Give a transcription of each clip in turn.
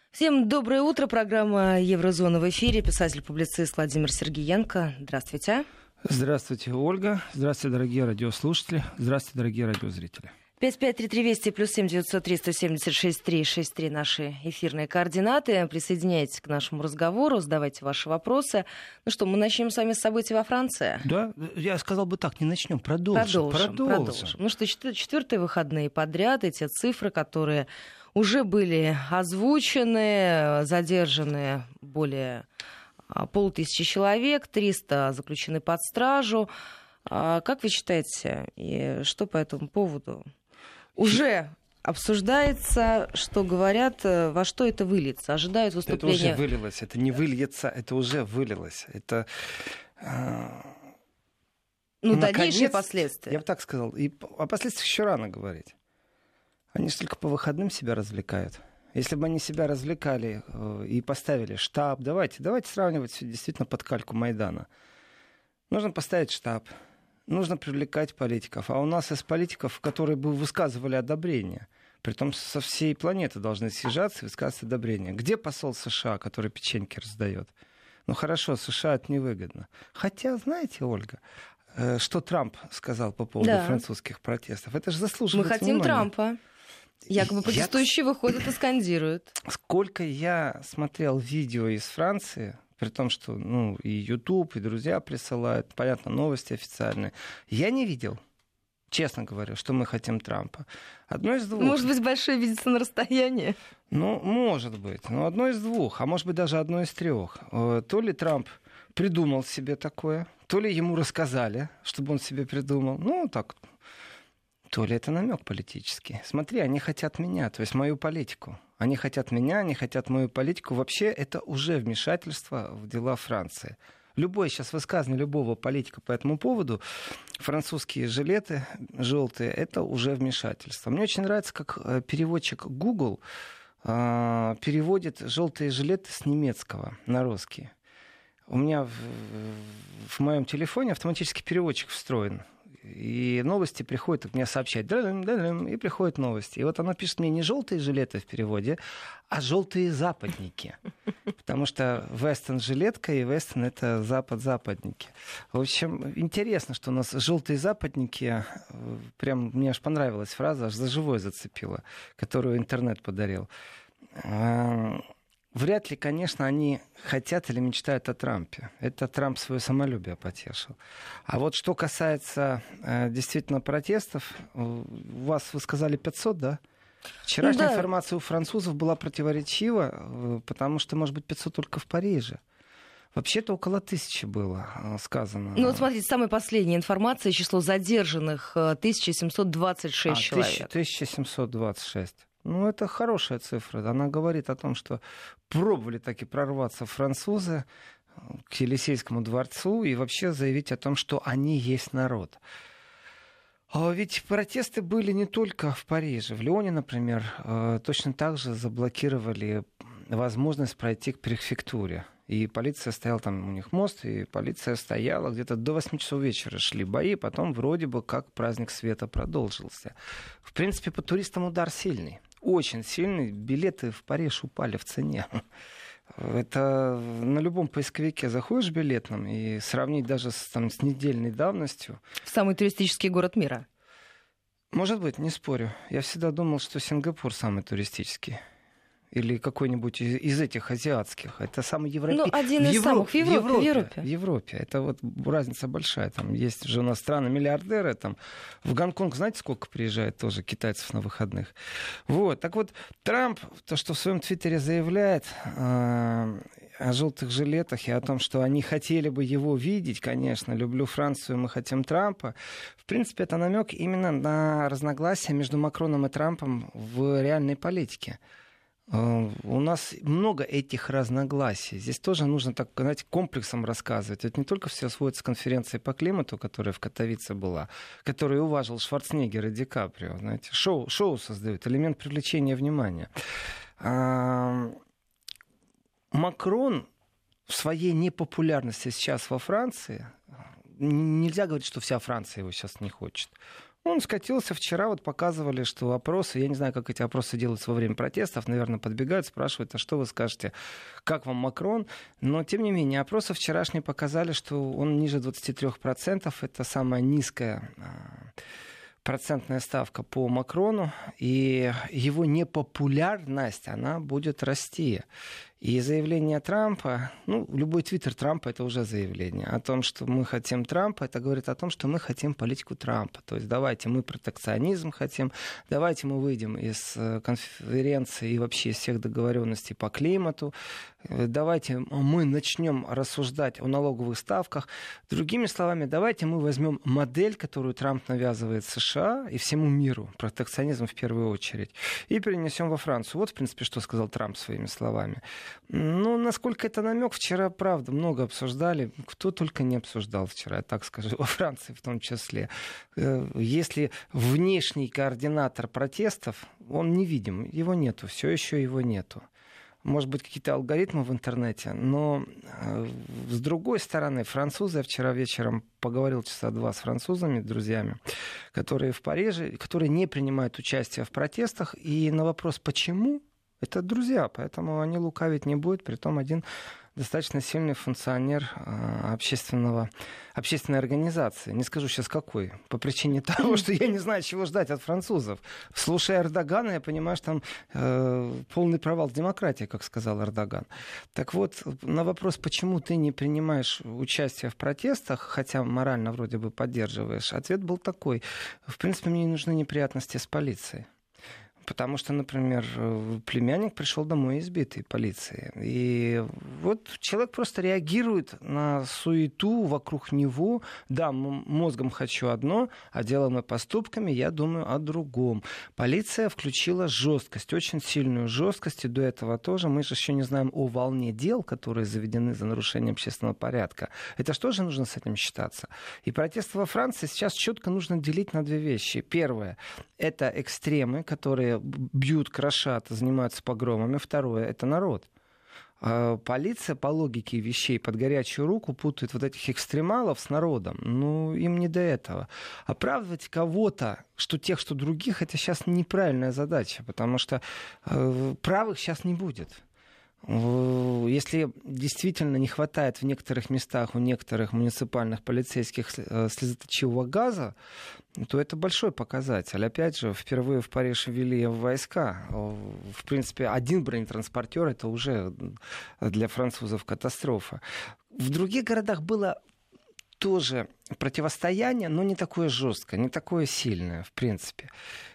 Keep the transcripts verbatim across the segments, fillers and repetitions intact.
Всем доброе утро. Программа «Еврозона» в эфире. Писатель-публицист Владимир Сергиенко. Здравствуйте. Здравствуйте, Ольга. Здравствуйте, дорогие радиослушатели. Здравствуйте, дорогие радиозрители. пять пять три три Вести плюс семь девятьсот три сто семьдесят шесть три шесть три наши эфирные координаты. Присоединяйтесь к нашему разговору, задавайте ваши вопросы. Ну что, мы начнем с вами с событий во Франции? Да, я сказал бы так, не начнем, продолжим. Продолжим, продолжим. продолжим. Ну что, четвертые выходные подряд, эти цифры, которые уже были озвучены, задержаны более полутысячи человек, триста заключены под стражу. Как вы считаете, и что по этому поводу? Уже обсуждается, что говорят, во что это выльется. Ожидают выступления... Это уже вылилось, это не выльется, это уже вылилось. Это... Ну, дальнейшие последствия. Я бы так сказал. И о последствиях еще рано говорить. Они же только по выходным себя развлекают. Если бы они себя развлекали и поставили штаб, давайте, давайте сравнивать действительно под кальку Майдана. Нужно поставить штаб, нужно привлекать политиков. А у нас из политиков, которые бы высказывали одобрение, притом со всей планеты должны съезжаться и высказывать одобрение. Где посол США, который печеньки раздает? Ну хорошо, США это невыгодно. Хотя, знаете, Ольга, что Трамп сказал по поводу да. французских протестов? Это же заслуживает Мы хотим внимания. Трампа. Якобы протестующие я... выходят и скандируют. Сколько я смотрел видео из Франции, при том, что ну, и YouTube, и друзья присылают, понятно, новости официальные, я не видел, честно говоря, что мы хотим Трампа. Одно из двух. Может быть, большое видится на расстоянии? Ну, может быть. Но одно из двух, а может быть, даже одно из трех. То ли Трамп придумал себе такое, то ли ему рассказали, чтобы он себе придумал. Ну, так... То ли это намек политический. Смотри, они хотят меня, то есть мою политику. Они хотят меня, они хотят мою политику. Вообще это уже вмешательство в дела Франции. Любое сейчас высказывание любого политика по этому поводу, французские жилеты желтые, это уже вмешательство. Мне очень нравится, как переводчик Google переводит желтые жилеты с немецкого на русский. У меня в, в моем телефоне автоматический переводчик встроен. И новости приходят, мне сообщать, и приходят новости. И вот оно пишет мне не желтые жилеты в переводе, а желтые западники. Потому что вестон жилетка и вестон это запад-западники. В общем, интересно, что у нас желтые западники, прям мне аж понравилась фраза, аж за живое зацепила, которую интернет подарил. Вряд ли, конечно, они хотят или мечтают о Трампе. Это Трамп свое самолюбие потешил. А вот что касается э, действительно протестов, у вас, вы сказали, пятьсот, да? Вчерашняя да. информация у французов была противоречива, э, потому что, может быть, пятьсот только в Париже. Вообще-то около тысячи было э, сказано. Ну вот смотрите, самая последняя информация, число задержанных тысяча семьсот двадцать шесть а, человек. тысяча семьсот двадцать шесть. Ну, это хорошая цифра. Она говорит о том, что пробовали таки прорваться французы к Елисейскому дворцу и вообще заявить о том, что они есть народ. А ведь протесты были не только в Париже. В Лионе, например, точно так же заблокировали возможность пройти к префектуре. И полиция стояла, там у них мост, и полиция стояла, где-то до восьми часов вечера шли бои, потом вроде бы как праздник света продолжился. В принципе, по туристам удар сильный, очень сильный. Билеты в Париж упали в цене. Это на любом поисковике заходишь билетным и сравнить даже с, там, с недельной давностью. Самый туристический город мира. Может быть, не спорю. Я всегда думал, что Сингапур самый туристический. Или какой-нибудь из, из этих азиатских. Это самый европейский. Ну, один из Евро... самых в Европе, в Европе. В Европе. В Европе. Это вот разница большая. Там есть же у нас страны-миллиардеры. Там в Гонконг, знаете, сколько приезжает тоже китайцев на выходных? Вот. Так вот, Трамп, то, что в своем твиттере заявляет э, о желтых жилетах и о том, что они хотели бы его видеть, конечно, люблю Францию, мы хотим Трампа. В принципе, это намек именно на разногласия между Макроном и Трампом в реальной политике. У нас много этих разногласий. Здесь тоже нужно, так сказать, комплексом рассказывать. Это не только все сводится к конференции по климату, которая в Катовице была, которую уважил Шварценеггер и Ди Каприо. Знаете, шоу, шоу создают, элемент привлечения внимания. Макрон в своей непопулярности сейчас во Франции, нельзя говорить, что вся Франция его сейчас не хочет. Он скатился вчера, вот показывали, что опросы, я не знаю, как эти опросы делаются во время протестов, наверное, подбегают, спрашивают, а что вы скажете, как вам Макрон? Но, тем не менее, опросы вчерашние показали, что он ниже двадцати трёх процентов, это самая низкая процентная ставка по Макрону, и его непопулярность, она будет расти. И заявление Трампа, ну, любой твиттер Трампа — это уже заявление о том, что мы хотим Трампа, это говорит о том, что мы хотим политику Трампа. То есть давайте мы протекционизм хотим, давайте мы выйдем из конференции и вообще из всех договоренностей по климату, давайте мы начнем рассуждать о налоговых ставках. Другими словами, давайте мы возьмем модель, которую Трамп навязывает США и всему миру, протекционизм в первую очередь, и перенесем во Францию. Вот, в принципе, что сказал Трамп своими словами. Ну, насколько это намек, вчера, правда, много обсуждали. Кто только не обсуждал вчера, я так скажу, во Франции в том числе. Если внешний координатор протестов, он невидим, его нету, все еще его нету. Может быть, какие-то алгоритмы в интернете, но с другой стороны, французы, я вчера вечером поговорил часа два с французами, друзьями, которые в Париже, которые не принимают участие в протестах, и на вопрос «почему?» это друзья, поэтому они лукавить не будут. Притом один достаточно сильный функционер общественного, общественной организации. Не скажу сейчас какой. По причине того, что я не знаю, чего ждать от французов. Слушая Эрдогана, я понимаю, что там э, полный провал демократии, как сказал Эрдоган. Так вот, на вопрос, почему ты не принимаешь участие в протестах, хотя морально вроде бы поддерживаешь, ответ был такой. В принципе, мне не нужны неприятности с полицией. Потому что, например, племянник пришел домой избитый полицией. И вот человек просто реагирует на суету вокруг него. Да, мозгом хочу одно, а делом и поступками я думаю о другом. Полиция включила жесткость, очень сильную жесткость. И до этого тоже. Мы же еще не знаем о волне дел, которые заведены за нарушение общественного порядка. Это же тоже нужно с этим считаться. И протесты во Франции сейчас четко нужно делить на две вещи. Первое — это экстремы, которые бьют, крошат, занимаются погромами. Второе — это народ. Полиция, по логике вещей, под горячую руку путает вот этих экстремалов с народом. Ну, им не до этого. Оправдывать кого-то, что тех, что других, это сейчас неправильная задача, потому что э, правых сейчас не будет. Если действительно не хватает в некоторых местах у некоторых муниципальных полицейских слезоточивого газа, то это большой показатель. Опять же, впервые в Париж ввели войска. В принципе, один бронетранспортер — это уже для французов катастрофа. В других городах было тоже противостояние, но не такое жесткое, не такое сильное, в принципе.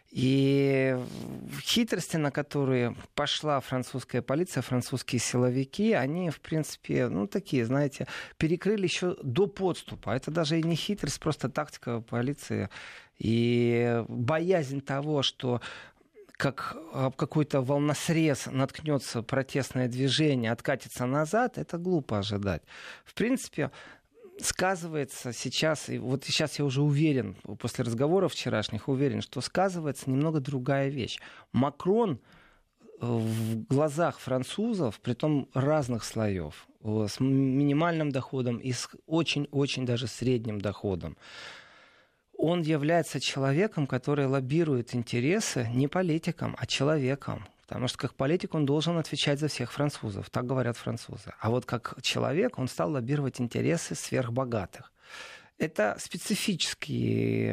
И хитрости, на которые пошла французская полиция, французские силовики, они, в принципе, ну, такие, знаете, перекрыли еще до подступа. Это даже и не хитрость, просто тактика полиции. И боязнь того, что как об какой-то волносрез наткнется протестное движение, откатится назад, это глупо ожидать. В принципе, сказывается сейчас, и вот сейчас я уже уверен, после разговоров вчерашних, уверен, что сказывается немного другая вещь. Макрон в глазах французов, притом разных слоев, с минимальным доходом и с очень-очень даже средним доходом, он является человеком, который лоббирует интересы не политиком, а человеком. Потому что как политик он должен отвечать за всех французов, так говорят французы. А вот как человек он стал лоббировать интересы сверхбогатых. Это специфический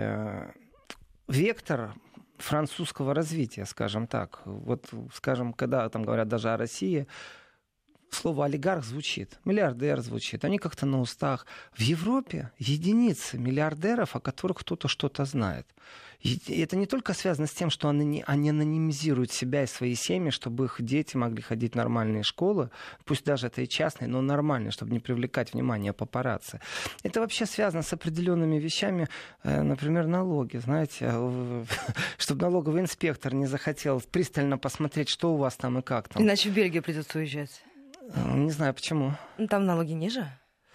вектор французского развития, скажем так. Вот, скажем, когда там говорят даже о России, слово «олигарх» звучит, «миллиардер» звучит. Они как-то на устах. В Европе единицы миллиардеров, о которых кто-то что-то знает. И это не только связано с тем, что они, они анонимизируют себя и свои семьи, чтобы их дети могли ходить в нормальные школы, пусть даже это и частные, но нормальные, чтобы не привлекать внимание папарацци. Это вообще связано с определенными вещами, например, налоги. Знаете, чтобы налоговый инспектор не захотел пристально посмотреть, что у вас там и как там. Иначе в Бельгию придется уезжать. Не знаю, почему. Там налоги ниже.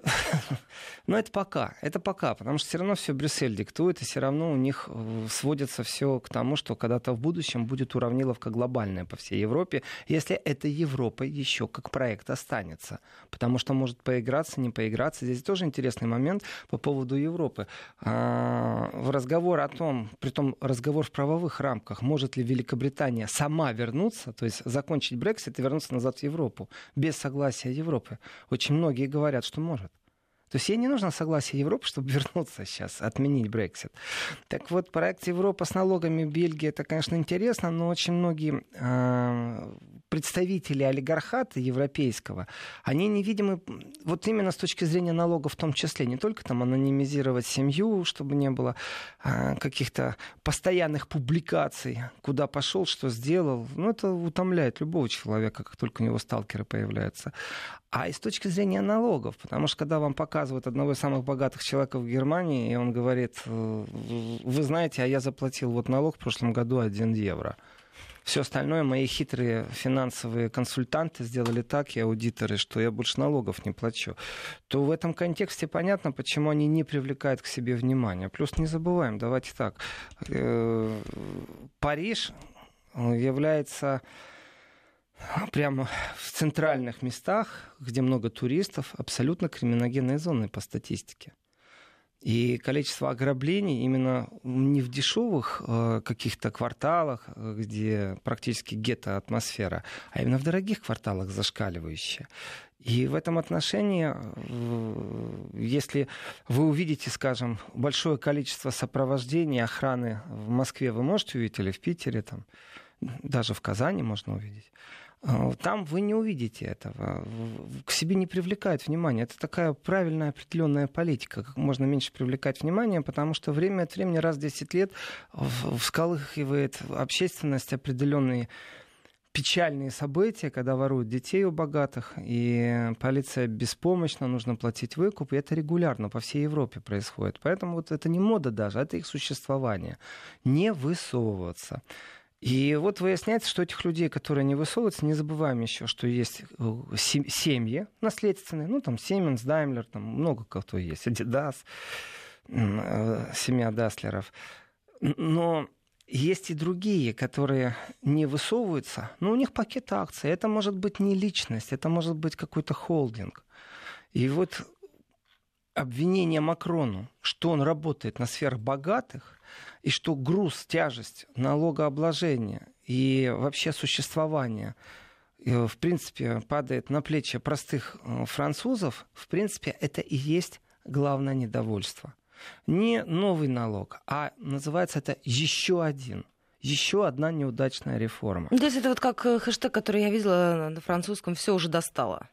Но это пока, это пока, потому что все равно все Брюссель диктует, и все равно у них сводится все к тому, что когда-то в будущем будет уравниловка глобальная по всей Европе, если эта Европа еще как проект останется. Потому что может поиграться, не поиграться. Здесь тоже интересный момент по поводу Европы. Разговор о том, притом разговор в правовых рамках, может ли Великобритания сама вернуться, то есть закончить Брексит и вернуться назад в Европу, без согласия Европы. Очень многие говорят, что может. То есть ей не нужно согласие Европы, чтобы вернуться сейчас, отменить Брексит. Так вот, проект Европа с налогами Бельгии, это, конечно, интересно, но очень многие э, представители олигархата европейского, они невидимы вот именно с точки зрения налогов в том числе. Не только там анонимизировать семью, чтобы не было э, каких-то постоянных публикаций, куда пошел, что сделал. Ну, это утомляет любого человека, как только у него сталкеры появляются. А и с точки зрения налогов, потому что когда вам показывают одного из самых богатых человеков в Германии, и он говорит, вы знаете, а я заплатил вот налог в прошлом году один евро. Все остальное мои хитрые финансовые консультанты сделали так, и аудиторы, что я больше налогов не плачу. То в этом контексте понятно, почему они не привлекают к себе внимания. Плюс не забываем, давайте так, Париж является... прямо в центральных местах, где много туристов, абсолютно криминогенные зоны по статистике. И количество ограблений именно не в дешевых э, каких-то кварталах, где практически гетто-атмосфера, а именно в дорогих кварталах зашкаливающее. И в этом отношении, э, если вы увидите, скажем, большое количество сопровождений, охраны в Москве, вы можете увидеть, или в Питере, там, даже в Казани можно увидеть, там вы не увидите этого. К себе не привлекает внимание. Это такая правильная определенная политика. Как можно меньше привлекать внимание, потому что время от времени, раз в десять лет, всколыхивает общественность определенные печальные события, когда воруют детей у богатых, и полиция беспомощна, нужно платить выкуп, и это регулярно по всей Европе происходит. Поэтому вот это не мода даже, это их существование. Не высовываться. И вот выясняется, что этих людей, которые не высовываются, не забываем еще, что есть семьи наследственные, ну там Siemens, Daimler, там много кто есть, Adidas, семья Даслеров. Но есть и другие, которые не высовываются, но у них пакет акций. Это может быть не личность, это может быть какой-то холдинг. И вот обвинение Макрону, что он работает на сферах богатых, и что груз, тяжесть налогообложения и вообще существования, в принципе, падает на плечи простых французов, в принципе, это и есть главное недовольство. Не новый налог, а называется это еще один. Еще одна неудачная реформа. То есть это вот как хэштег, который я видела на французском, «все уже достало».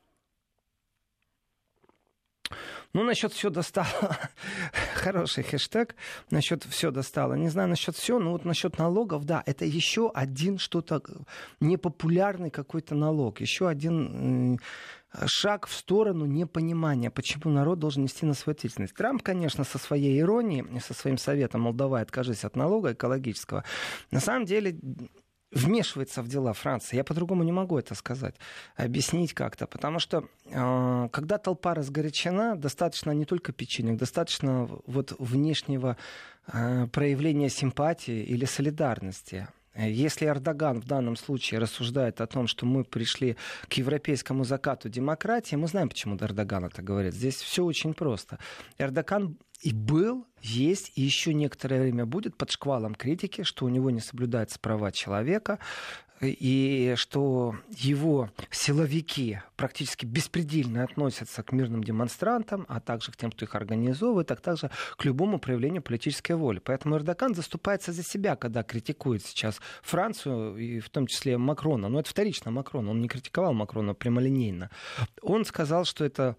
Ну, насчет все достало. Хороший хэштег. Насчет все достало. Не знаю насчет все, но вот насчет налогов, да, это еще один что-то непопулярный какой-то налог. Еще один шаг в сторону непонимания, почему народ должен нести на свою ответственность. Трамп, конечно, со своей иронией, со своим советом «Молдавай, откажись от налога экологического», на самом деле вмешивается в дела Франции. Я по-другому не могу это сказать, объяснить как-то. Потому что э, когда толпа разгорячена, достаточно не только печенек, достаточно вот внешнего э, проявления симпатии или солидарности. Если Эрдоган в данном случае рассуждает о том, что мы пришли к европейскому закату демократии, мы знаем, почему Эрдоган это говорит. Здесь все очень просто. Эрдоган и был, есть, и еще некоторое время будет под шквалом критики, что у него не соблюдаются права человека, и что его силовики практически беспредельно относятся к мирным демонстрантам, а также к тем, кто их организовывает, а также к любому проявлению политической воли. Поэтому Эрдоган заступается за себя, когда критикует сейчас Францию, и в том числе Макрона. Но это вторично Макрон, он не критиковал Макрона прямолинейно. Он сказал, что это,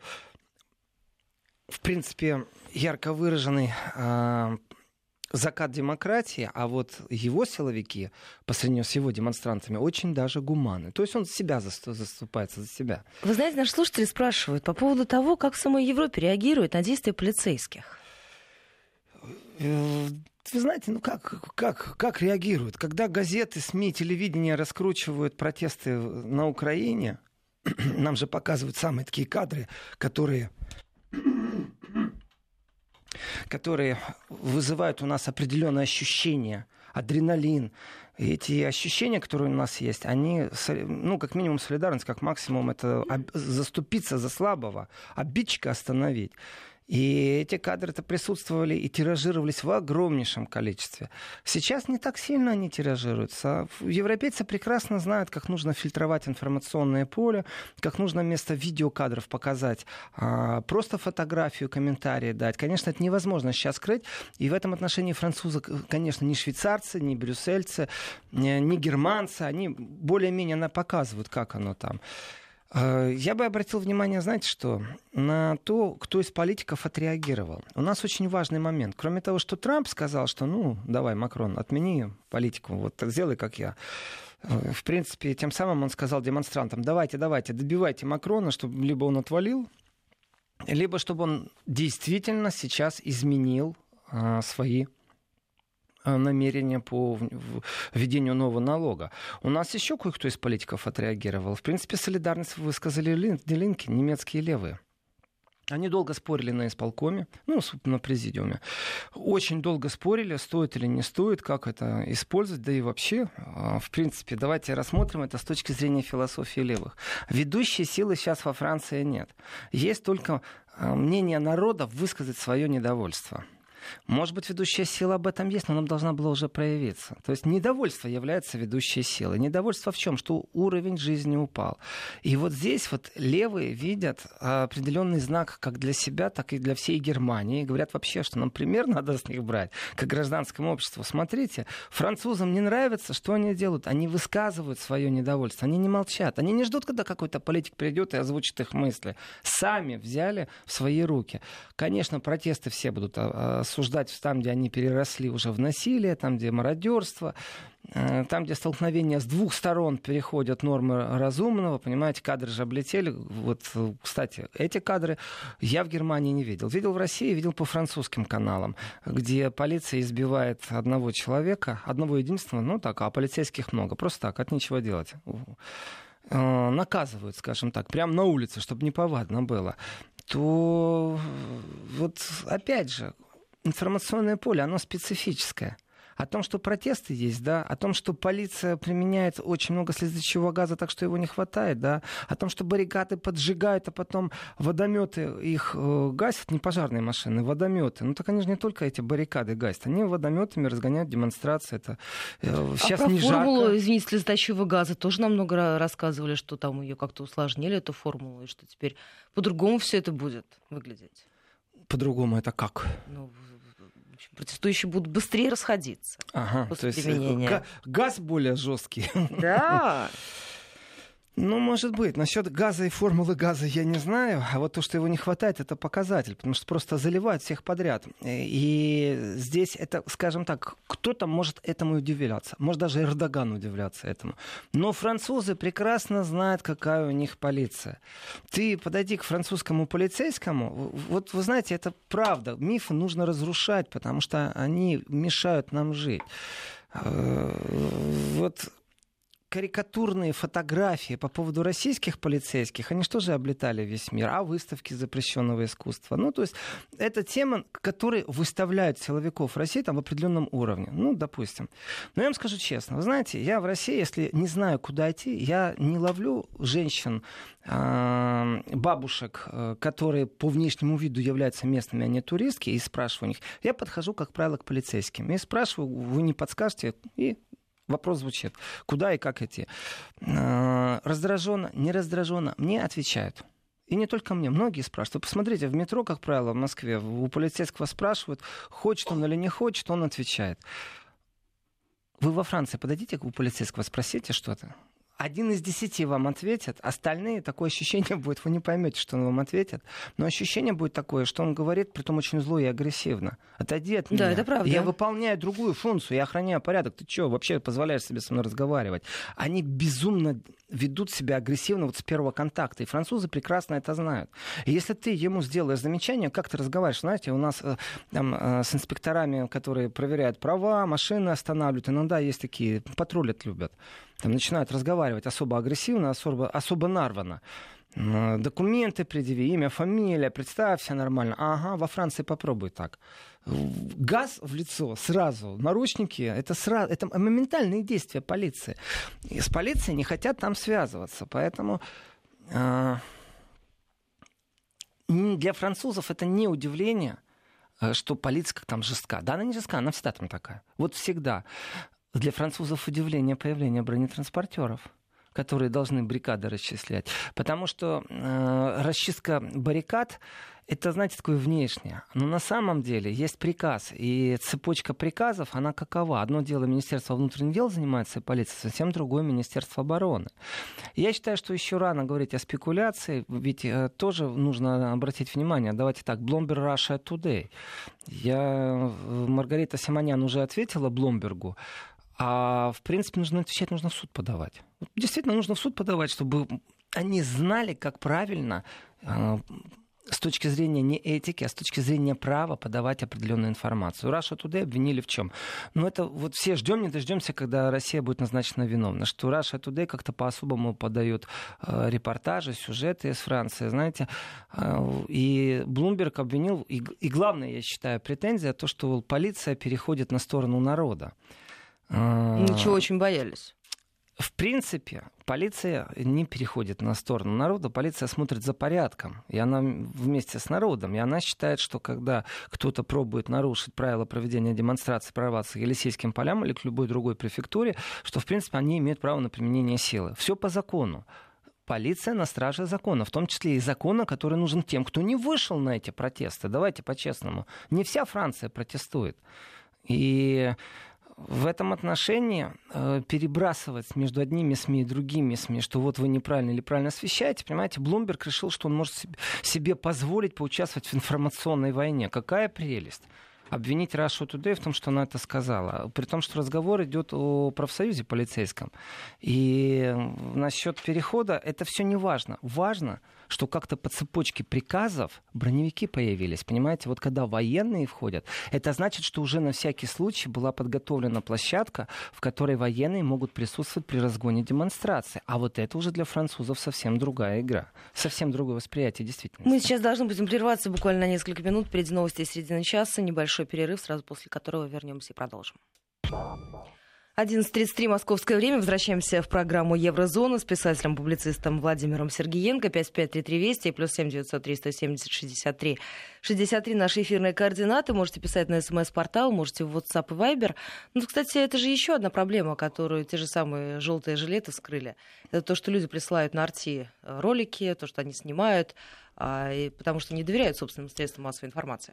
в принципе, ярко выраженный э, закат демократии, а вот его силовики, по сравнению с его демонстрантами, очень даже гуманны. То есть он себя заступается за себя. Вы знаете, наши слушатели спрашивают по поводу того, как в самой Европе реагируют на действия полицейских. Вы знаете, ну как, как, как реагируют? Когда газеты, СМИ, телевидение раскручивают протесты на Украине, нам же показывают самые такие кадры, которые которые вызывают у нас определенные ощущения, адреналин. И эти ощущения, которые у нас есть, они, ну, как минимум солидарность, как максимум это заступиться за слабого, обидчика остановить. И эти кадры-то присутствовали и тиражировались в огромнейшем количестве. Сейчас не так сильно они тиражируются. Европейцы прекрасно знают, как нужно фильтровать информационное поле, как нужно вместо видеокадров показать а, просто фотографию, комментарии дать. Конечно, это невозможно сейчас скрыть. И в этом отношении французы, конечно, не швейцарцы, не брюссельцы, не германцы. Они более-менее показывают, как оно там. Я бы обратил внимание, знаете что, на то, кто из политиков отреагировал. У нас очень важный момент. Кроме того, что Трамп сказал, что ну, давай, Макрон, отмени политику, вот сделай, как я. В принципе, тем самым он сказал демонстрантам, давайте, давайте, добивайте Макрона, чтобы либо он отвалил, либо чтобы он действительно сейчас изменил а, свои намерения по введению нового налога. У нас еще кое-кто из политиков отреагировал. В принципе, солидарность высказали Линки, немецкие левые. Они долго спорили на исполкоме, ну, на президиуме. Очень долго спорили, стоит или не стоит, как это использовать. Да и вообще, в принципе, давайте рассмотрим это с точки зрения философии левых. Ведущей силы сейчас во Франции нет. Есть только мнение народа высказать свое недовольство. Может быть, ведущая сила об этом есть, но она должна была уже проявиться. То есть недовольство является ведущей силой. Недовольство в чем? Что уровень жизни упал. И вот здесь вот левые видят определенный знак как для себя, так и для всей Германии. И говорят вообще, что нам пример надо с них брать, как гражданскому обществу. Смотрите, французам не нравится, что они делают. Они высказывают свое недовольство. Они не молчат. Они не ждут, когда какой-то политик придет и озвучит их мысли. Сами взяли в свои руки. Конечно, протесты все будут осуждать там, где они переросли уже в насилие, там, где мародерство, там, где столкновения с двух сторон переходят нормы разумного. Понимаете, кадры же облетели. Вот, кстати, эти кадры я в Германии не видел. Видел в России, видел по французским каналам, где полиция избивает одного человека, одного единственного, ну так, а полицейских много. Просто так, от нечего делать. Наказывают, скажем так, прямо на улице, чтобы неповадно было. То вот опять же, информационное поле, оно специфическое. О том, что протесты есть, да, о том, что полиция применяет очень много слезоточивого газа, так что его не хватает, да, о том, что баррикады поджигают, а потом водометы их э, гасят, не пожарные машины, водометы. Ну так они же не только эти баррикады гасят, они водометами разгоняют демонстрации. Это э, сейчас а про не формулу, жарко. извините, слезоточивого газа тоже нам много рассказывали, что там ее как-то усложнили, эту формулу, и что теперь по-другому все это будет выглядеть. По-другому это как? Ну, протестующие будут быстрее расходиться. Ага, после то есть применения. га- газ более жесткий. Да. Ну, может быть. Насчет газа и формулы газа я не знаю. А вот то, что его не хватает, это показатель. Потому что просто заливают всех подряд. И здесь это, скажем так, кто-то может этому удивляться. Может, даже Эрдоган удивляться этому. Но французы прекрасно знают, какая у них полиция. Ты подойди к французскому полицейскому. Вот вы знаете, это правда. Мифы нужно разрушать, потому что они мешают нам жить. Вот... карикатурные фотографии по поводу российских полицейских, они что же облетали весь мир? А выставки запрещенного искусства? Ну, то есть, это тема, которая выставляют силовиков России там в определенном уровне. Ну, допустим. Но я вам скажу честно, вы знаете, я в России, если не знаю, куда идти, я не ловлю женщин, бабушек, которые по внешнему виду являются местными, а не туристки, и спрашиваю у них. Я подхожу, как правило, к полицейским. И спрашиваю, вы не подскажете? И вопрос звучит. Куда и как идти? Раздраженно, не раздраженно? Мне отвечают. И не только мне, многие спрашивают. Вы посмотрите, в метро, как правило, в Москве, у полицейского спрашивают, хочет он или не хочет, он отвечает. Вы во Франции подойдите у полицейского, спросите что-то. Один из десяти вам ответит, остальные, такое ощущение будет, вы не поймете, что он вам ответит, но ощущение будет такое, что он говорит, притом очень зло и агрессивно. Отойди от меня. Да, это правда. Я выполняю другую функцию, я охраняю порядок. Ты что, вообще позволяешь себе со мной разговаривать? Они безумно ведут себя агрессивно вот с первого контакта, и французы прекрасно это знают. И если ты ему сделаешь замечание, как ты разговариваешь, знаете, у нас э, там, э, с инспекторами, которые проверяют права, машины останавливают, иногда есть такие, патрулят любят, там начинают разговаривать разговаривать особо агрессивно, особо, особо нарвано. Документы предъяви, имя, фамилия, представься нормально. Ага, во Франции попробуй так. Газ в лицо сразу, наручники, это, сразу, это моментальные действия полиции. И с полицией не хотят там связываться. Поэтому э, для французов это не удивление, что полиция как там жестка. Да, она не жестка, она всегда там такая. Вот всегда. Для французов удивление появления бронетранспортеров, которые должны баррикады расчислять. Потому что э, расчистка баррикад — это, знаете, такое внешнее. Но на самом деле есть приказ. И цепочка приказов, она какова? Одно дело Министерство внутренних дел занимается, и полиция, совсем другое Министерство обороны. Я считаю, что еще рано говорить о спекуляции, ведь э, тоже нужно обратить внимание. Давайте так, Bloomberg Russia Today. Я, Маргарита Симонян уже ответила Блумбергу. А, в принципе, нужно отвечать, нужно в суд подавать. Действительно, нужно в суд подавать, чтобы они знали, как правильно, э, с точки зрения не этики, а с точки зрения права подавать определенную информацию. Russia Today обвинили в чем? Ну, это вот все ждем, не дождемся, когда Россия будет назначена виновна. Что Russia Today как-то по-особому подает э, репортажи, сюжеты из Франции, знаете. Э, и Блумберг обвинил, и, и главное, я считаю, претензия, то, что полиция переходит на сторону народа. Ничего, очень боялись. В принципе, полиция не переходит на сторону народа, полиция смотрит за порядком, и она вместе с народом, и она считает, что когда кто-то пробует нарушить правила проведения демонстрации, прорваться к Елисейским полям или к любой другой префектуре, что, в принципе, они имеют право на применение силы. Все по закону. Полиция на страже закона, в том числе и закона, который нужен тем, кто не вышел на эти протесты. Давайте по-честному. Не вся Франция протестует. И в этом отношении э, перебрасывать между одними СМИ и другими СМИ, что вот вы неправильно или правильно освещаете, понимаете, Блумберг решил, что он может себе, себе позволить поучаствовать в информационной войне. Какая прелесть! Обвинить Russia Today в том, что она это сказала. При том, что разговор идет о профсоюзе полицейском. И насчет перехода это все не важно. Важно, что как-то по цепочке приказов броневики появились. Понимаете, вот когда военные входят, это значит, что уже на всякий случай была подготовлена площадка, в которой военные могут присутствовать при разгоне демонстрации. А вот это уже для французов совсем другая игра. Совсем другое восприятие действительности. Мы сейчас должны будем прерваться буквально на несколько минут. Впереди новости середины часа. Небольшой перерыв, сразу после которого вернемся и продолжим. одиннадцать тридцать три московское время. Возвращаемся в программу «Еврозона» с писателем-публицистом Владимиром Сергиенко. пять пять три три Вести и плюс семь девятьсот три сто семьдесят шестьдесят три шестьдесят три наши эфирные координаты. Можете писать на СМС-портал, можете в WhatsApp и Viber. Ну, кстати, это же еще одна проблема, которую те же самые желтые жилеты вскрыли. Это то, что люди присылают на Арти ролики, то, что они снимают, потому что не доверяют собственным средствам массовой информации.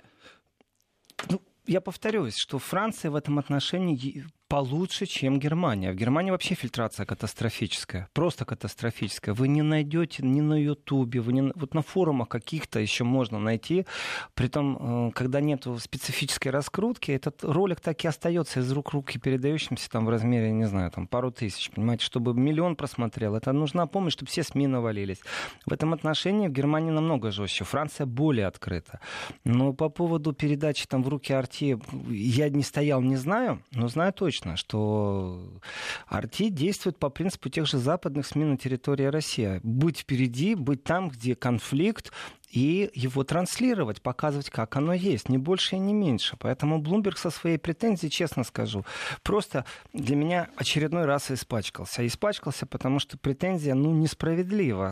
Ну, я повторюсь, что Франция в этом отношении получше, чем Германия. В Германии вообще фильтрация катастрофическая, просто катастрофическая. Вы не найдете ни на Ютубе, вы не... вот на форумах каких-то еще можно найти. Притом, когда нет специфической раскрутки, этот ролик так и остается из рук в руки передающимся там в размере, не знаю, там пару тысяч. Понимаете, чтобы миллион просмотрел. Это нужна помощь, чтобы все СМИ навалились. В этом отношении в Германии намного жестче. Франция более открыта. Но по поводу передачи там в руки Арти я не стоял, не знаю, но знаю точно, что Арти действует по принципу тех же западных СМИ на территории России. Быть впереди, быть там, где конфликт, и его транслировать, показывать, как оно есть, не больше и не меньше. Поэтому Блумберг со своей претензией, честно скажу, просто для меня очередной раз испачкался. Испачкался, потому что претензия, ну, несправедлива.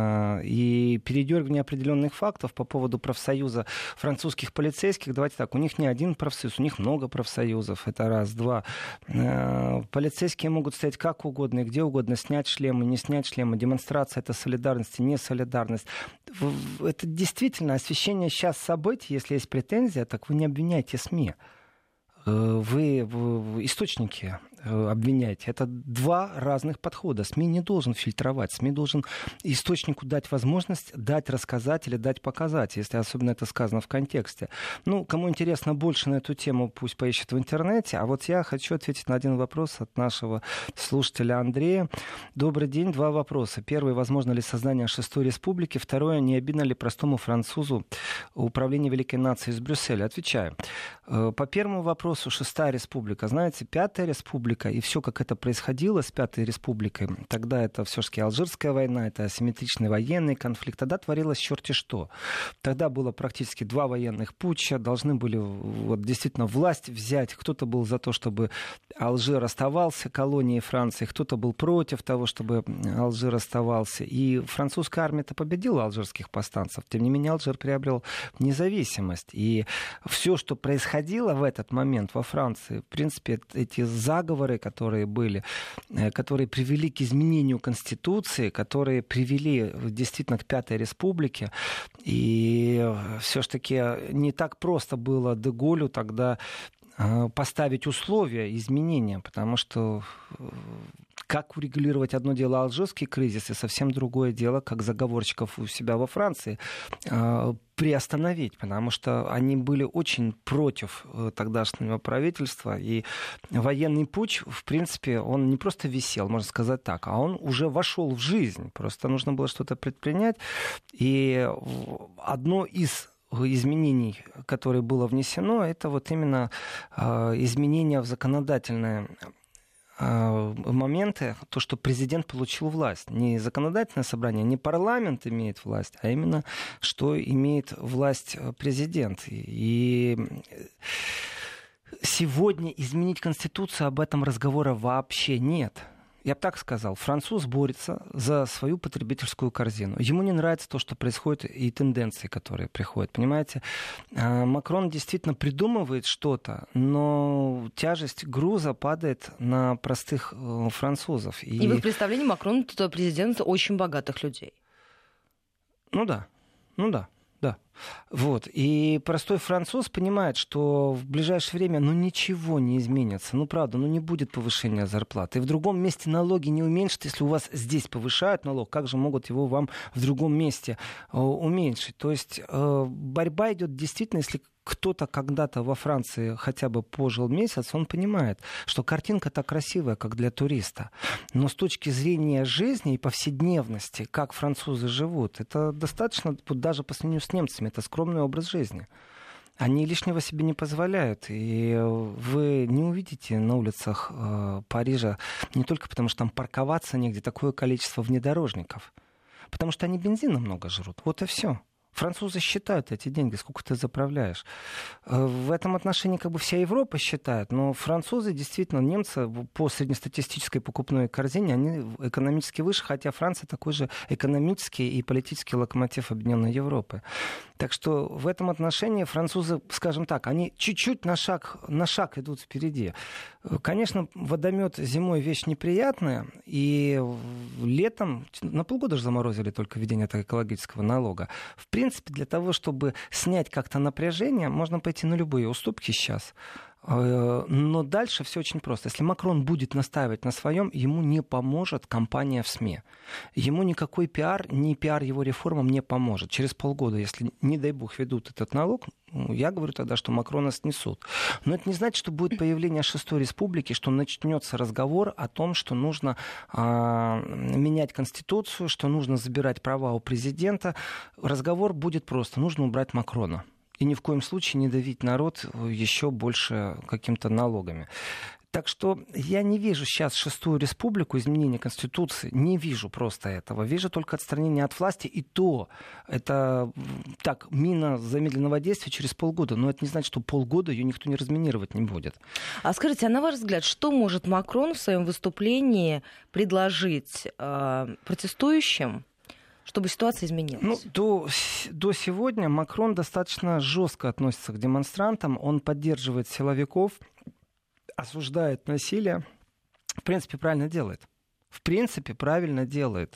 И передергивание определенных фактов по поводу профсоюза французских полицейских, давайте так, у них не один профсоюз, у них много профсоюзов, это раз, два. Полицейские могут стоять как угодно и где угодно, снять шлемы, не снять шлемы, демонстрация — это солидарность, не солидарность. Это действительно освещение сейчас событий, если есть претензия, так вы не обвиняйте СМИ. Вы источники обвиняете. Это два разных подхода. СМИ не должен фильтровать. СМИ должен источнику дать возможность дать рассказать или дать показать, если особенно это сказано в контексте. Ну, кому интересно больше на эту тему, пусть поищет в интернете. А вот я хочу ответить на один вопрос от нашего слушателя Андрея. Добрый день. Два вопроса. Первый. Возможно ли создание шестой республики? Второе. Не обидно ли простому французу управление великой нацией из Брюсселя? Отвечаю. По первому вопросу. Шестая республика. Знаете, пятая республика республика и все, как это происходило с Пятой республикой, тогда это все-таки Алжирская война, это асимметричный военный конфликт, тогда творилось черти что. Тогда было практически два военных путча, должны были вот, действительно власть взять. Кто-то был за то, чтобы Алжир оставался колонией Франции, кто-то был против того, чтобы Алжир оставался. И французская армия-то победила алжирских повстанцев. Тем не менее, Алжир приобрел независимость. И все, что происходило в этот момент во Франции, в принципе, эти заговоры, которые были, которые привели к изменению Конституции, которые привели действительно к Пятой республике. И все-таки не так просто было де Голлю тогда поставить условия изменения, потому что как урегулировать одно дело алжирский кризис, и совсем другое дело, как заговорщиков у себя во Франции приостановить, потому что они были очень против тогдашнего правительства, и военный путч, в принципе, он не просто висел, можно сказать так, а он уже вошел в жизнь, просто нужно было что-то предпринять, и одно из изменений, которое было внесено, это вот именно э, изменения в законодательные э, моменты, то, что президент получил власть. Не законодательное собрание, не парламент имеет власть, а именно, что имеет власть президент. И сегодня изменить Конституцию, об этом разговора вообще нет. Я бы так сказал, француз борется за свою потребительскую корзину. Ему не нравится то, что происходит, и тенденции, которые приходят. Понимаете, Макрон действительно придумывает что-то, но тяжесть груза падает на простых французов. И, и в их представлении Макрон — это президент очень богатых людей. Ну да, ну да. Да, вот. И простой француз понимает, что в ближайшее время ну, ничего не изменится. Ну, правда, ну не будет повышения зарплаты. И в другом месте налоги не уменьшат. Если у вас здесь повышают налог, как же могут его вам в другом месте э, уменьшить? То есть э, борьба идет действительно, если кто-то когда-то во Франции хотя бы пожил месяц, он понимает, что картинка-то красивая, как для туриста. Но с точки зрения жизни и повседневности, как французы живут, это достаточно, даже по сравнению с немцами, это скромный образ жизни. Они лишнего себе не позволяют. И вы не увидите на улицах э, Парижа не только потому, что там парковаться негде, такое количество внедорожников. Потому что они бензина много жрут. Вот и все. Французы считают эти деньги, сколько ты заправляешь. В этом отношении как бы вся Европа считает, но французы, действительно, немцы по среднестатистической покупной корзине, они экономически выше, хотя Франция такой же экономический и политический локомотив Объединенной Европы. Так что в этом отношении французы, скажем так, они чуть-чуть на шаг, на шаг идут впереди. Конечно, водомет зимой вещь неприятная, и летом на полгода же заморозили только введение этого экологического налога. В принципе, для того, чтобы снять как-то напряжение, можно пойти на любые уступки сейчас. Но дальше все очень просто. Если Макрон будет настаивать на своем, ему не поможет кампания в СМИ. Ему никакой пиар, ни пиар его реформам не поможет. Через полгода, если, не дай бог, ведут этот налог, я говорю тогда, что Макрона снесут. Но это не значит, что будет появление шестой республики, что начнется разговор о том, что нужно а, менять Конституцию, что нужно забирать права у президента. Разговор будет просто. Нужно убрать Макрона. И ни в коем случае не давить народ еще больше какими-то налогами. Так что я не вижу сейчас шестую республику, изменение Конституции, не вижу просто этого. Вижу только отстранение от власти, и то это так, мина замедленного действия через полгода. Но это не значит, что полгода ее никто не разминировать не будет. А скажите, а на ваш взгляд, что может Макрон в своем выступлении предложить э, протестующим, чтобы ситуация изменилась? Ну, до, до сегодня Макрон достаточно жестко относится к демонстрантам. Он поддерживает силовиков, осуждает насилие. В принципе, правильно делает. В принципе, правильно делает.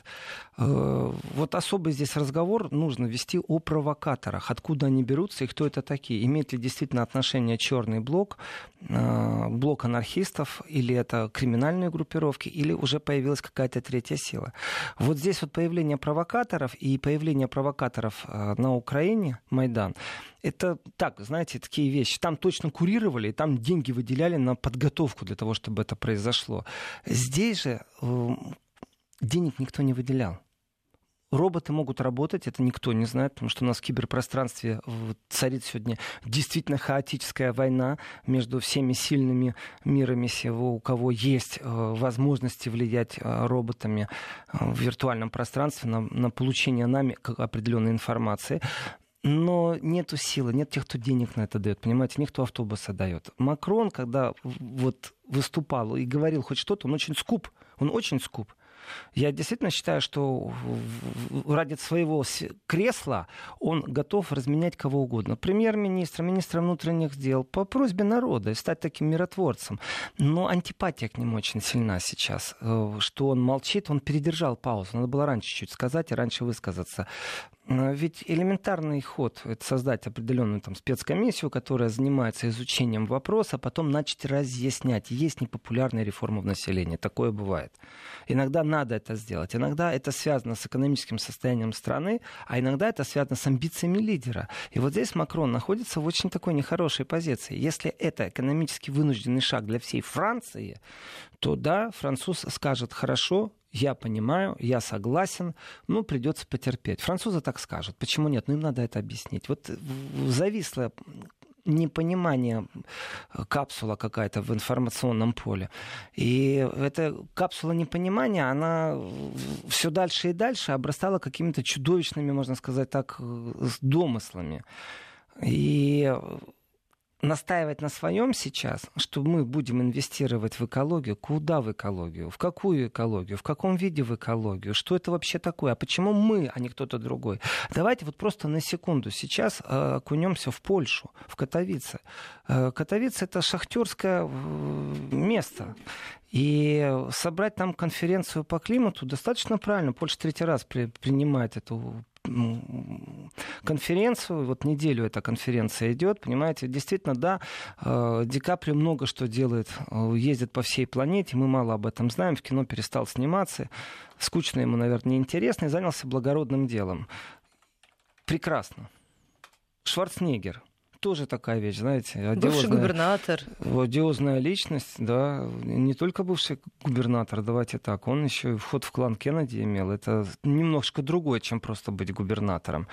Вот особый здесь разговор нужно вести о провокаторах. Откуда они берутся и кто это такие? Имеет ли действительно отношение черный блок, блок анархистов, или это криминальные группировки, или уже появилась какая-то третья сила? Вот здесь вот появление провокаторов и появление провокаторов на Украине, Майдан, это так, знаете, такие вещи. Там точно курировали, и там деньги выделяли на подготовку для того, чтобы это произошло. Здесь же э, денег никто не выделял. Роботы могут работать, это никто не знает, потому что у нас в киберпространстве царит сегодня действительно хаотическая война между всеми сильными мирами всего, у кого есть возможности влиять роботами в виртуальном пространстве на, на получение нами определенной информации. Но нету силы, нет тех, кто денег на это дает, понимаете, нет, кто автобусы дает. Макрон, когда вот выступал и говорил хоть что-то, он очень скуп, он очень скуп. Я действительно считаю, что ради своего кресла он готов разменять кого угодно. Премьер-министра, министра внутренних дел по просьбе народа и стать таким миротворцем. Но антипатия к нему очень сильна сейчас. Что он молчит, он передержал паузу. Надо было раньше чуть сказать и раньше высказаться. Ведь элементарный ход — это создать определенную там спецкомиссию, которая занимается изучением вопроса, а потом начать разъяснять. Есть непопулярные реформы в населении. Такое бывает. Иногда надо это сделать. Иногда это связано с экономическим состоянием страны, а иногда это связано с амбициями лидера. И вот здесь Макрон находится в очень такой нехорошей позиции. Если это экономически вынужденный шаг для всей Франции, то да, француз скажет: хорошо, я понимаю, я согласен, но придется потерпеть. Французы так скажут. Почему нет? Ну, им надо это объяснить. Вот зависло непонимание, капсула какая-то в информационном поле. И эта капсула непонимания, она все дальше и дальше обрастала какими-то чудовищными, можно сказать так, домыслами. И настаивать на своем сейчас, что мы будем инвестировать в экологию. Куда в экологию? В какую экологию? В каком виде в экологию? Что это вообще такое? А почему мы, а не кто-то другой? Давайте вот просто на секунду сейчас э, окунемся в Польшу, в Катовице. Э, Катовице — это шахтерское место. И собрать там конференцию по климату достаточно правильно. Польша третий раз при, принимает эту конференцию. Вот неделю эта конференция идет. Понимаете, действительно, да, Ди Каприо много что делает, ездит по всей планете. Мы мало об этом знаем. В кино перестал сниматься. Скучно ему, наверное, неинтересно. И занялся благородным делом. Прекрасно. Шварценеггер. Тоже такая вещь, знаете. Одиозная, бывший губернатор. Одиозная личность, да. Не только бывший губернатор, давайте так. Он еще и вход в клан Кеннеди имел. Это немножко другое, чем просто быть губернатором.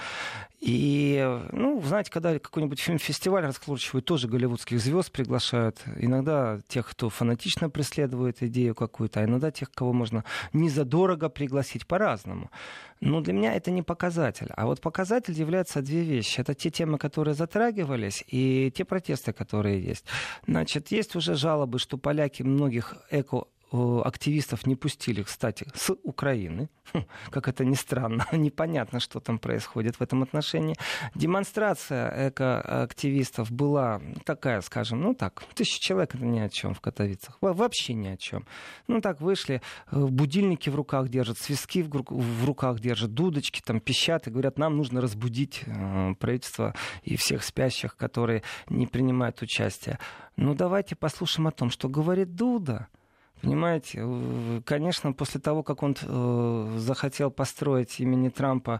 И, ну, знаете, когда какой-нибудь фильм-фестиваль раскручивают, тоже голливудских звезд приглашают. Иногда тех, кто фанатично преследует идею какую-то, а иногда тех, кого можно незадорого пригласить по-разному. Но для меня это не показатель. А вот показатель являются две вещи. Это те темы, которые затрагивались, и те протесты, которые есть. Значит, есть уже жалобы, что поляки многих эко активистов не пустили, кстати, с Украины. Как это ни странно, непонятно, что там происходит в этом отношении. Демонстрация экоактивистов была такая, скажем, ну так, тысяча человек — это ни о чем в Катовицах. Вообще ни о чем. Ну так вышли, будильники в руках держат, свистки в руках держат, дудочки там пищат и говорят: нам нужно разбудить правительство и всех спящих, которые не принимают участие. Ну давайте послушаем о том, что говорит Дуда. Понимаете, конечно, после того, как он э, захотел построить имени Трампа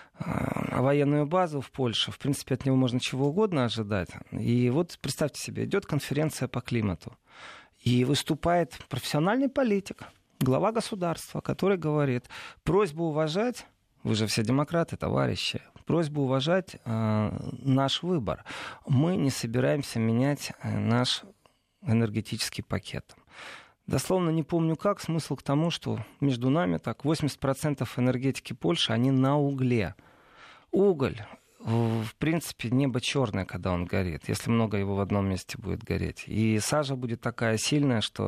э, военную базу в Польше, в принципе, от него можно чего угодно ожидать. И вот представьте себе, идет конференция по климату, и выступает профессиональный политик, глава государства, который говорит: просьбу уважать, вы же все демократы, товарищи, просьбу уважать э, наш выбор. Мы не собираемся менять наш энергетический пакет. Дословно не помню как, смысл к тому, что между нами так восемьдесят процентов энергетики Польши, они на угле. Уголь, в принципе, небо черное, когда он горит, если много его в одном месте будет гореть. И сажа будет такая сильная, что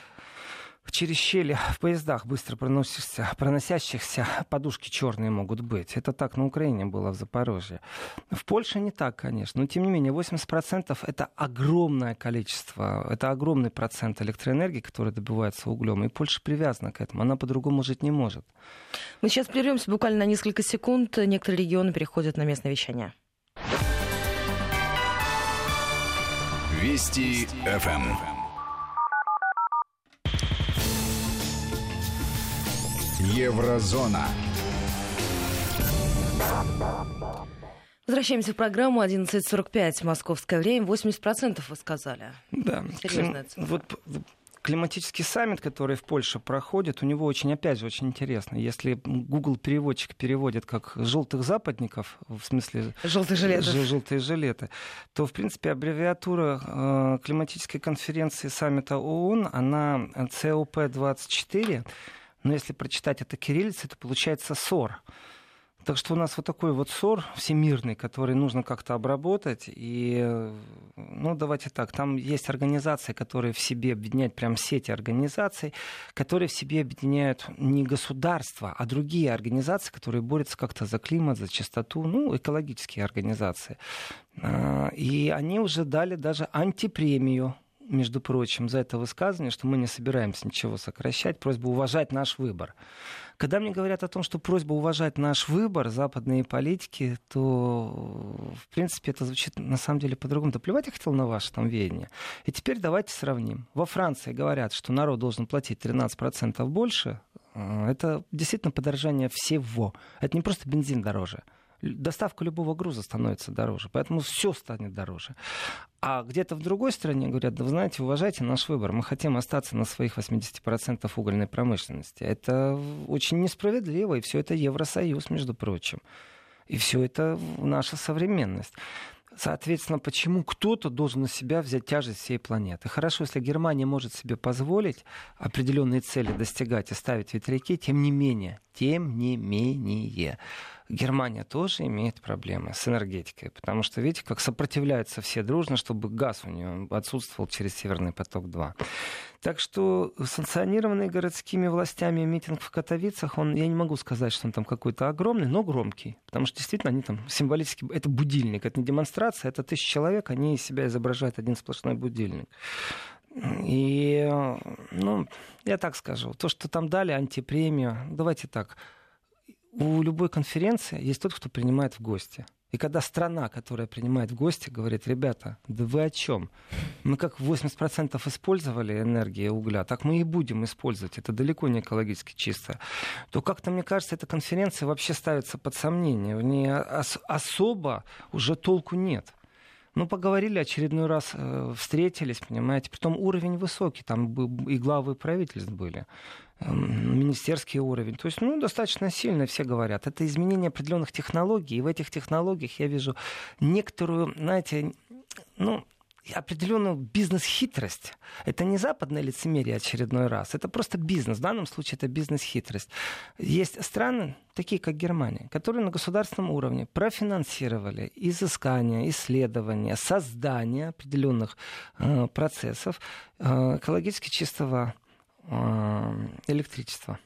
через щели в поездах быстро проносишься, проносящихся подушки черные могут быть. Это так на Украине было, в Запорожье. В Польше не так, конечно. Но, тем не менее, восемьдесят процентов — это огромное количество, это огромный процент электроэнергии, который добывается углем. И Польша привязана к этому. Она по-другому жить не может. Мы сейчас прервемся буквально на несколько секунд. Некоторые регионы переходят на местное вещание. Вести эф эм. Еврозона. Возвращаемся в программу. Одиннадцать сорок пять московское время. восемьдесят процентов вы сказали. Да. Серьезная цифра. Вот климатический саммит, который в Польше проходит, у него очень, опять же, очень интересно. Если Google переводчик переводит как «желтых западников», в смысле «желтые жилеты», желтые жилеты, то, в принципе, аббревиатура э, климатической конференции саммита ООН, она си о пи двадцать четыре, но если прочитать это кириллицей, то получается СОР. Так что у нас вот такой вот ссор всемирный, который нужно как-то обработать. И, ну, давайте так, там есть организации, которые в себе объединяют, прям сети организаций, которые в себе объединяют не государства, а другие организации, которые борются как-то за климат, за чистоту, ну, экологические организации. И они уже дали даже антипремию, между прочим, за это высказывание, что мы не собираемся ничего сокращать, просьба уважать наш выбор. Когда мне говорят о том, что просьба уважать наш выбор, западные политики, то, в принципе, это звучит на самом деле по-другому. Да плевать я хотел на ваше там веяние. И теперь давайте сравним. Во Франции говорят, что народ должен платить тринадцать процентов больше. Это действительно подорожание всего. Это не просто бензин дороже. Доставка любого груза становится дороже, поэтому все станет дороже. А где-то в другой стране говорят, да вы знаете, уважайте наш выбор, мы хотим остаться на своих восемьдесят процентов угольной промышленности. Это очень несправедливо, и все это Евросоюз, между прочим. И все это наша современность. Соответственно, почему кто-то должен на себя взять тяжесть всей планеты? Хорошо, если Германия может себе позволить определенные цели достигать и ставить ветряки, тем не менее, тем не менее, Германия тоже имеет проблемы с энергетикой, потому что, видите, как сопротивляются все дружно, чтобы газ у нее отсутствовал через Северный поток-два. Так что санкционированный городскими властями митинг в Катовицах, он, я не могу сказать, что он там какой-то огромный, но громкий, потому что действительно они там символически, это будильник, это не демонстрация, это тысяча человек, они из себя изображают один сплошной будильник. И, ну, я так скажу, то, что там дали антипремию, давайте так, у любой конференции есть тот, кто принимает в гости. И когда страна, которая принимает в гости, говорит, ребята, да вы о чем? Мы как восемьдесят процентов использовали энергии угля, так мы и будем использовать. Это далеко не экологически чисто. То как-то, мне кажется, эта конференция вообще ставится под сомнение. В ней ос- особо уже толку нет. Ну, поговорили, очередной раз э, встретились, понимаете. Притом уровень высокий, там и главы правительств были, э, министерский уровень. То есть, ну, достаточно сильно все говорят. Это изменение определенных технологий, и в этих технологиях я вижу некоторую, знаете, ну, определенную бизнес-хитрость. Это не западное лицемерие очередной раз. Это просто бизнес. В данном случае это бизнес-хитрость. Есть страны, такие как Германия, которые на государственном уровне профинансировали изыскание, исследование, создание определенных э, процессов э, экологически чистого э, электричества.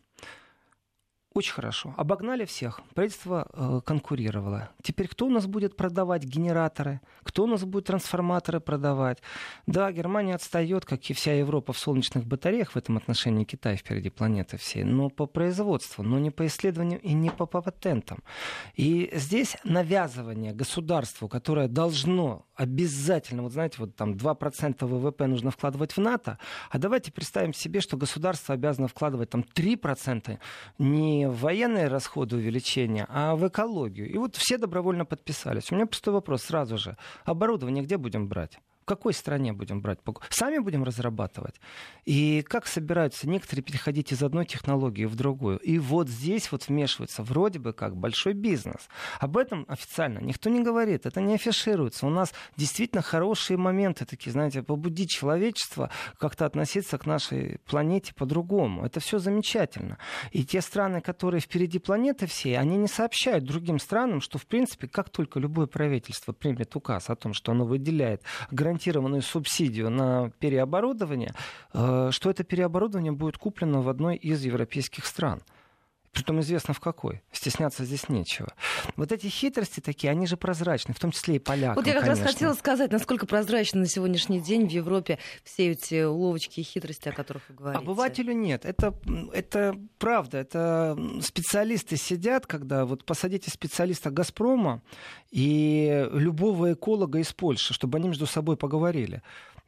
Очень хорошо. Обогнали всех. Правительство э, конкурировало. Теперь кто у нас будет продавать генераторы? Кто у нас будет трансформаторы продавать? Да, Германия отстает, как и вся Европа, в солнечных батареях. В этом отношении Китай впереди планеты всей. Но по производству, но не по исследованию и не по, по патентам. И здесь навязывание государству, которое должно обязательно, вот знаете, вот там два процента ВВП нужно вкладывать в НАТО, а давайте представим себе, что государство обязано вкладывать там три процента не в военные расходы увеличения, а в экологию. И вот все добровольно подписались. У меня простой вопрос сразу же. Оборудование где будем брать? В какой стране будем брать? Сами будем разрабатывать? И как собираются некоторые переходить из одной технологии в другую? И вот здесь вот вмешивается вроде бы как большой бизнес. Об этом официально никто не говорит, это не афишируется. У нас действительно хорошие моменты такие, знаете, побудить человечество как-то относиться к нашей планете по-другому. Это все замечательно. И те страны, которые впереди планеты всей, они не сообщают другим странам, что в принципе, как только любое правительство примет указ о том, что оно выделяет гарантированную субсидию на переоборудование, что это переоборудование будет куплено в одной из европейских стран. Притом известно в какой. Стесняться здесь нечего. Вот эти хитрости такие, они же прозрачны, в том числе и полякам, Вот я как конечно. раз хотела сказать, насколько прозрачны на сегодняшний день в Европе все эти уловочки и хитрости, о которых вы говорите. Обывателю нет. Это, это правда. Это специалисты сидят, когда вот посадите специалиста «Газпрома» и любого эколога из Польши, чтобы они между собой поговорили.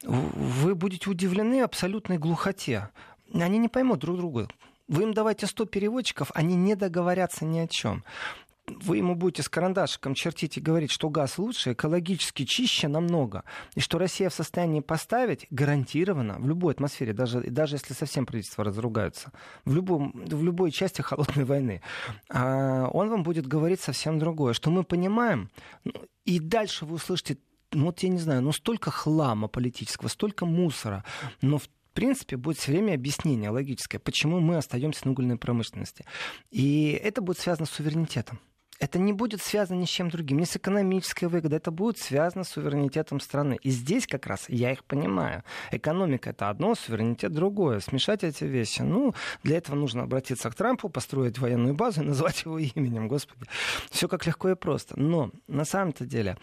Вы будете удивлены абсолютной глухоте. Они не поймут друг друга. Вы им давайте сто переводчиков, они не договорятся ни о чем. вы ему будете с карандашиком чертить и говорить, что газ лучше, экологически чище намного, и что Россия в состоянии поставить гарантированно в любой атмосфере, даже, даже если совсем правительства разругаются, в, любом, в любой части холодной войны, он вам будет говорить совсем другое, что мы понимаем, и дальше вы услышите, ну вот я не знаю, ну столько хлама политического, столько мусора, но в В принципе, будет все время объяснение логическое, почему мы остаемся на угольной промышленности. И это будет связано с суверенитетом. Это не будет связано ни с чем другим, ни с экономической выгодой, это будет связано с суверенитетом страны. И здесь как раз я их понимаю. Экономика — это одно, суверенитет — другое. Смешать эти вещи, ну, для этого нужно обратиться к Трампу, построить военную базу и назвать его именем, господи. Все как легко и просто. Но на самом-то деле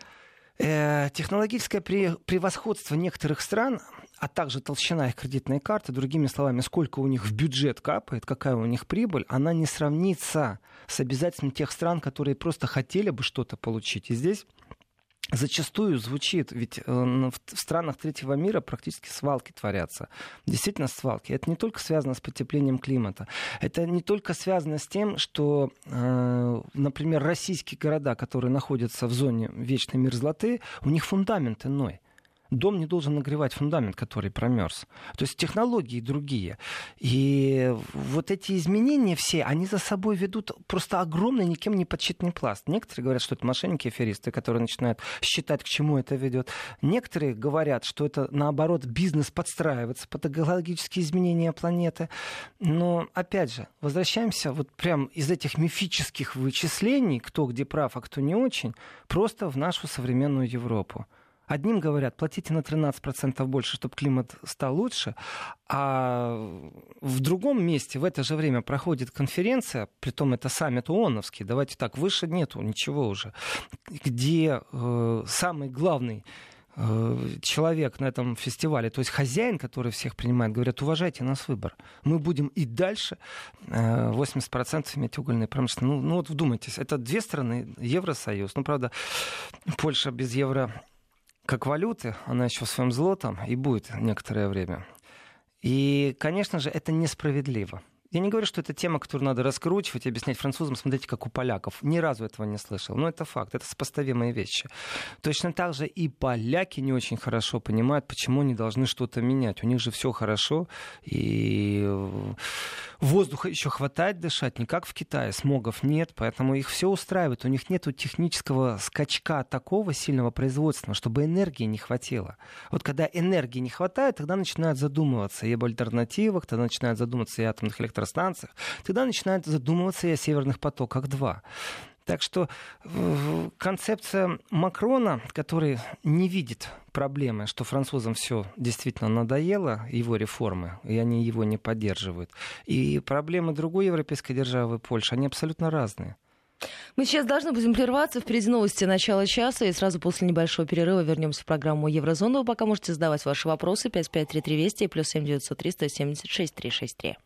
э, технологическое превосходство некоторых стран, а также толщина их кредитной карты, другими словами, сколько у них в бюджет капает, какая у них прибыль, она не сравнится с обязательством тех стран, которые просто хотели бы что-то получить. И здесь зачастую звучит, ведь в странах третьего мира практически свалки творятся. Действительно свалки. Это не только связано с потеплением климата. Это не только связано с тем, что, например, российские города, которые находятся в зоне вечной мерзлоты, у них фундамент иной. Дом не должен нагревать фундамент, который промерз. То есть технологии другие. И вот эти изменения все, они за собой ведут просто огромный, никем не подсчитанный пласт. Некоторые говорят, что это мошенники, аферисты, которые начинают считать, к чему это ведет. Некоторые говорят, что это, наоборот, бизнес подстраивается под экологические изменения планеты. Но, опять же, возвращаемся вот прям из этих мифических вычислений, кто где прав, а кто не очень, просто в нашу современную Европу. Одним говорят, платите на тринадцать процентов больше, чтобы климат стал лучше, а в другом месте в это же время проходит конференция, притом это саммит ООНовский, давайте так, выше нету ничего уже, где э, самый главный э, человек на этом фестивале, то есть хозяин, который всех принимает, говорят, уважайте нас выбор. Мы будем и дальше э, восемьдесят процентов иметь угольной промышленности. Ну, ну вот вдумайтесь, это две страны, Евросоюз, ну правда, Польша без евро как валюты, она еще в своем злотом и будет некоторое время. И, конечно же, это несправедливо. Я не говорю, что это тема, которую надо раскручивать и объяснять французам, смотрите, как у поляков. Ни разу этого не слышал. Но это факт, это сопоставимые вещи. Точно так же и поляки не очень хорошо понимают, почему они должны что-то менять. У них же все хорошо, и воздуха еще хватает дышать, не как в Китае, смогов нет, поэтому их все устраивает. У них нет технического скачка такого сильного производства, чтобы энергии не хватило. Вот когда энергии не хватает, тогда начинают задумываться и об альтернативах, тогда начинают задумываться и о атомных электростанциях, тогда начинают задумываться и о северных потоках два. Так что э, концепция Макрона, который не видит проблемы, что французам все действительно надоело, его реформы, и они его не поддерживают, и проблемы другой европейской державы, Польши, они абсолютно разные. Мы сейчас должны будем прерваться. Впереди новости начала часа. И сразу после небольшого перерыва вернемся в программу Еврозона. Вы пока можете задавать ваши вопросы. пять пять три три Вести и плюс семь девятьсот три сто семьдесят шесть триста шестьдесят три.